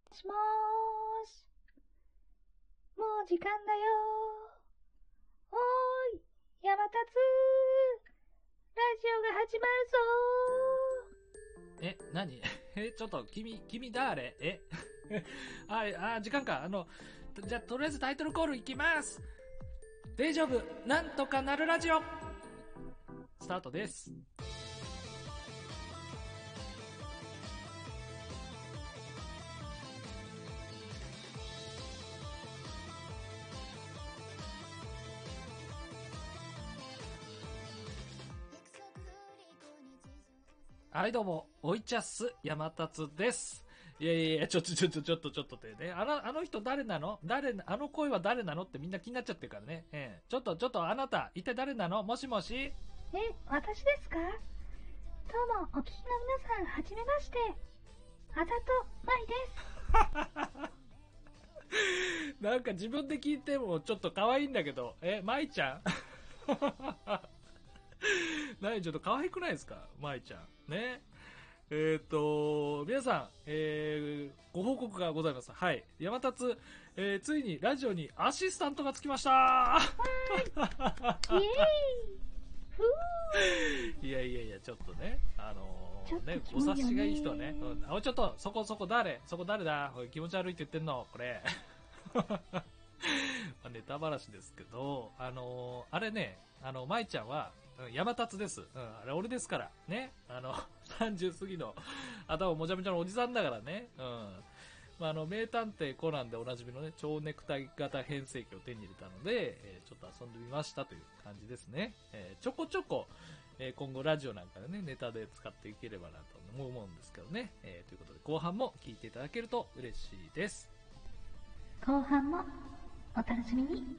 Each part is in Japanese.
しもーし。もう時間だよー。おーい、山立ラジオが始まるぞー。何ちょっと、君誰時間か。じゃあ、とりあえずタイトルコールいきます。デイジョブ、なんとかなるラジオスタートです。はいどうも、おいちゃっす、山達です。いや、ちょっとってね。あの人誰なの？あの声は誰なのってみんな気になっちゃってるからね。ちょっと、あなた、一体誰なの？もしもし？ 私ですか？どうも、お聞きの皆さん、はじめまして。あざとまいです。 なんか自分で聞いてもちょっと可愛いんだけど、まいちゃん何ちょっと可愛くないですか、まいちゃん。ね。皆さん、ご報告がございます。はい。山達、ついにラジオにアシスタントがつきましたイエーイふーいや、ちょっとね、お察しがいい人はね、ちょっと、そこ誰だ、気持ち悪いって言ってんのこれ。ネタ話ですけど、あれね、舞ちゃんは、山達です。あれ俺ですから。ね。30過ぎの、頭もちゃもちゃのおじさんだからね。名探偵コナンでおなじみのね、蝶ネクタイ型変声機を手に入れたので、ちょっと遊んでみましたという感じですね。ちょこちょこ、今後ラジオなんかでね、ネタで使っていければなと思うんですけどね。ということで、後半も聞いていただけると嬉しいです。 後半もお楽しみに。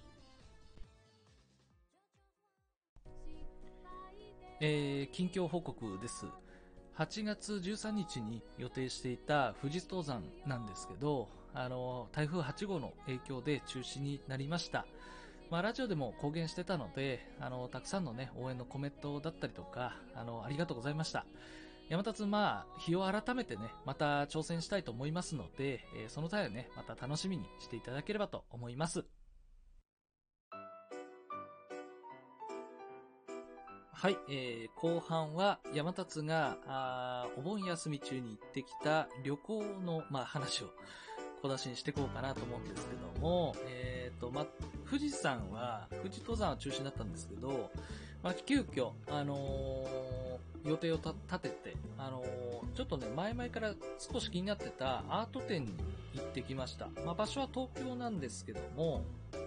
近況報告です。8月13日に予定していた富士登山なんですけど、台風8号の影響で中止になりました。ラジオでも公言してたので、たくさんのね、応援のコメントだったりとか、ありがとうございました。山達、日を改めてね、また挑戦したいと思いますので、その際はね、また楽しみにしていただければと思います。はい、後半は山達がお盆休み中に行ってきた旅行の、話を小出しにしていこうかなと思うんですけども、富士登山は中止になったんですけど、急遽、予定を立てて、ちょっとね、前々から少し気になってたアート展に行ってきました。場所は東京なんですけども、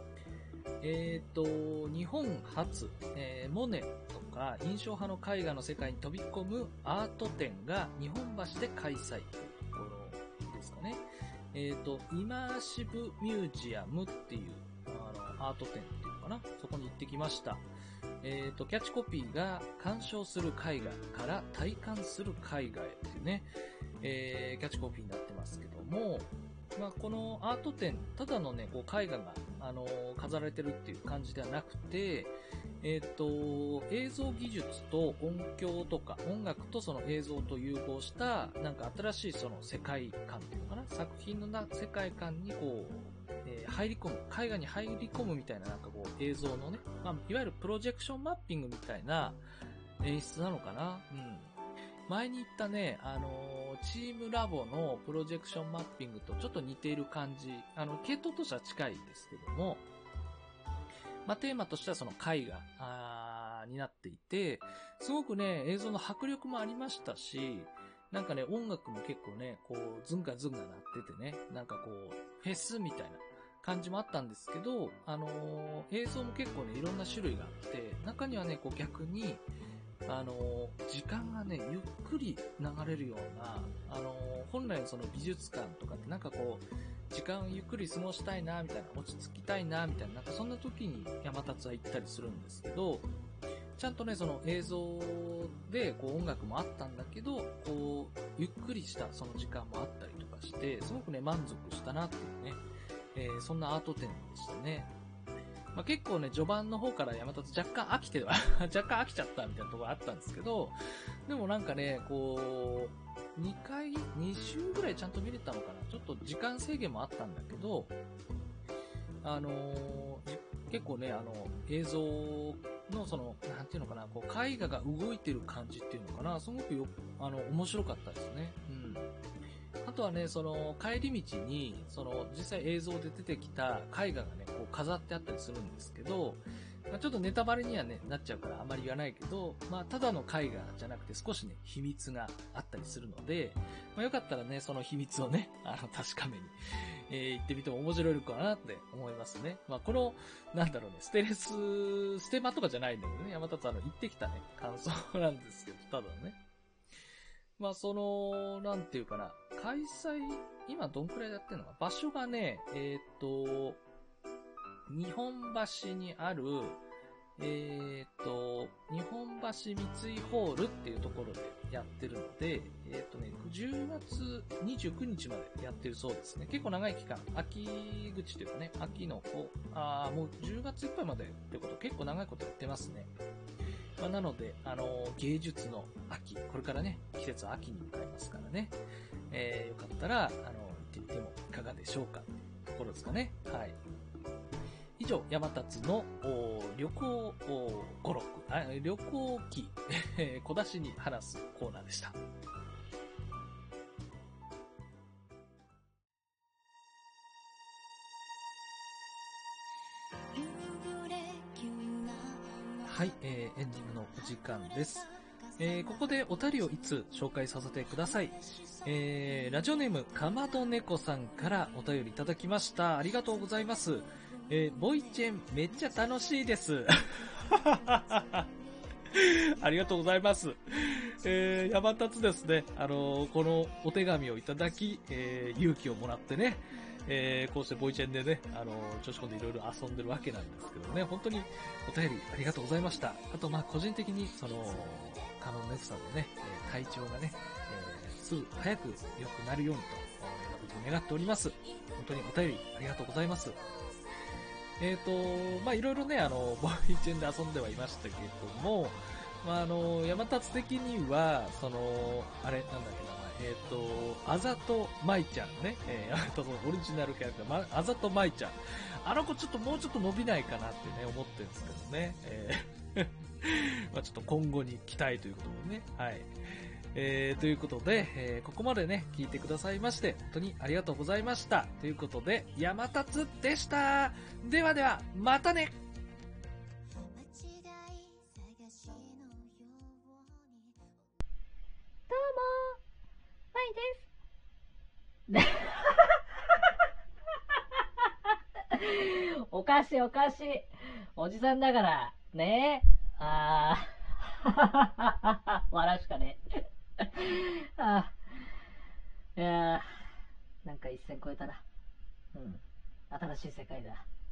日本初、モネとか印象派の絵画の世界に飛び込むアート展が日本橋で開催というところですかね。イマーシブミュージアムっていうアート展っていうのかな、そこに行ってきました。キャッチコピーが鑑賞する絵画から体感する絵画へっていうね、キャッチコピーになってますけども、このアート展、ただのね、こう絵画が、飾られてるっていう感じではなくて、映像技術と音響とか音楽とその映像と融合したなんか新しいその世界観っていうのかな、作品の世界観にこう、入り込む、絵画に入り込むみたいななんかこう映像のね、いわゆるプロジェクションマッピングみたいな演出なのかな。前に言ったね、チームラボのプロジェクションマッピングとちょっと似ている感じ、系統としては近いですけども、テーマとしてはその絵画になっていて、すごくね、映像の迫力もありましたし、なんかね、音楽も結構ね、こう、ズンガズンガ鳴っててね、なんかこう、フェスみたいな感じもあったんですけど、映像も結構ね、いろんな種類があって、中にはね、こう逆に、時間がね、ゆっくり流れるような、本来のその美術館とかってなんかこう、時間をゆっくり過ごしたいな、みたいな、落ち着きたいな、みたいな、なんかそんな時に山達は行ったりするんですけど、ちゃんとね、その映像で、こう音楽もあったんだけど、こう、ゆっくりしたその時間もあったりとかして、すごくね、満足したなっていうね、そんなアート展でしたね。 まあ、結構ね、序盤の方から山立若干飽きては、若干飽きちゃったみたいなところあったんですけど、でもなんかね、こう、2週ぐらいちゃんと見れたのかな。ちょっと時間制限もあったんだけど、結構ね、映像のなんていうのかな、こう、絵画が動いてる感じっていうのかな、すごく面白かったですね。うん。あとはね、帰り道に、実際映像で出てきた絵画がね、こう飾ってあったりするんですけど、まあ、ちょっとネタバレにはね、なっちゃうからあんまり言わないけど、まあ、ただの絵画じゃなくて少しね、秘密があったりするので、まあ、よかったらね、その秘密をね、確かめに、行ってみても面白いかなって思いますね。まあ、この、なんだろうね、ステマとかじゃないんだけどね、山立行ってきたね、感想なんですけど、ただね。まあ、なんていうかな、開催、今どんくらいやってるのか、場所がね、日本橋にある、日本橋三井ホールっていうところでやってるので、10月29日までやってるそうですね。結構長い期間、秋口というかね、秋のもう10月いっぱいまでってこと、結構長いことやってますね。まあ、なので、芸術の秋、これからね、季節は秋に向かいますからね、よかったら、行ってみてもいかがでしょうかというところですかね。はい。以上、山立の旅行旅行記、小出しに話すコーナーでした。はい、エンディングのお時間です。ここでお便りをいつ紹介させてください。ラジオネームかまど猫さんからお便りいただきました。ありがとうございます。ボイチェンめっちゃ楽しいです。ありがとうございます。山立ですね、このお手紙をいただき、勇気をもらってね、こうしてボイチェンでね、調子込んでいろいろ遊んでるわけなんですけどね、本当にお便りありがとうございました。あと、まあ、個人的に、カノンネクさんのね、体調がね、すぐ早く良くなるようにと、願っております。本当にお便りありがとうございます。まあ、いろいろね、ボイチェンで遊んではいましたけども、まあ、山立的には、あれ、なんだっけ名前、あざとまいちゃんね、オリジナルキャラクター、あざとまいちゃん。あの子ちょっともうちょっと伸びないかなってね、思ってるんですけどね。まあちょっと今後に期待ということでね。はい。ということで、ここまでね、聞いてくださいまして、本当にありがとうございました。ということで、山立でした。ではでは、またね。 どうも、まいです。おかしいおかしい。おじさんだから、ね笑うしかねいやなんか一線超えたな。うん。新しい世界だ。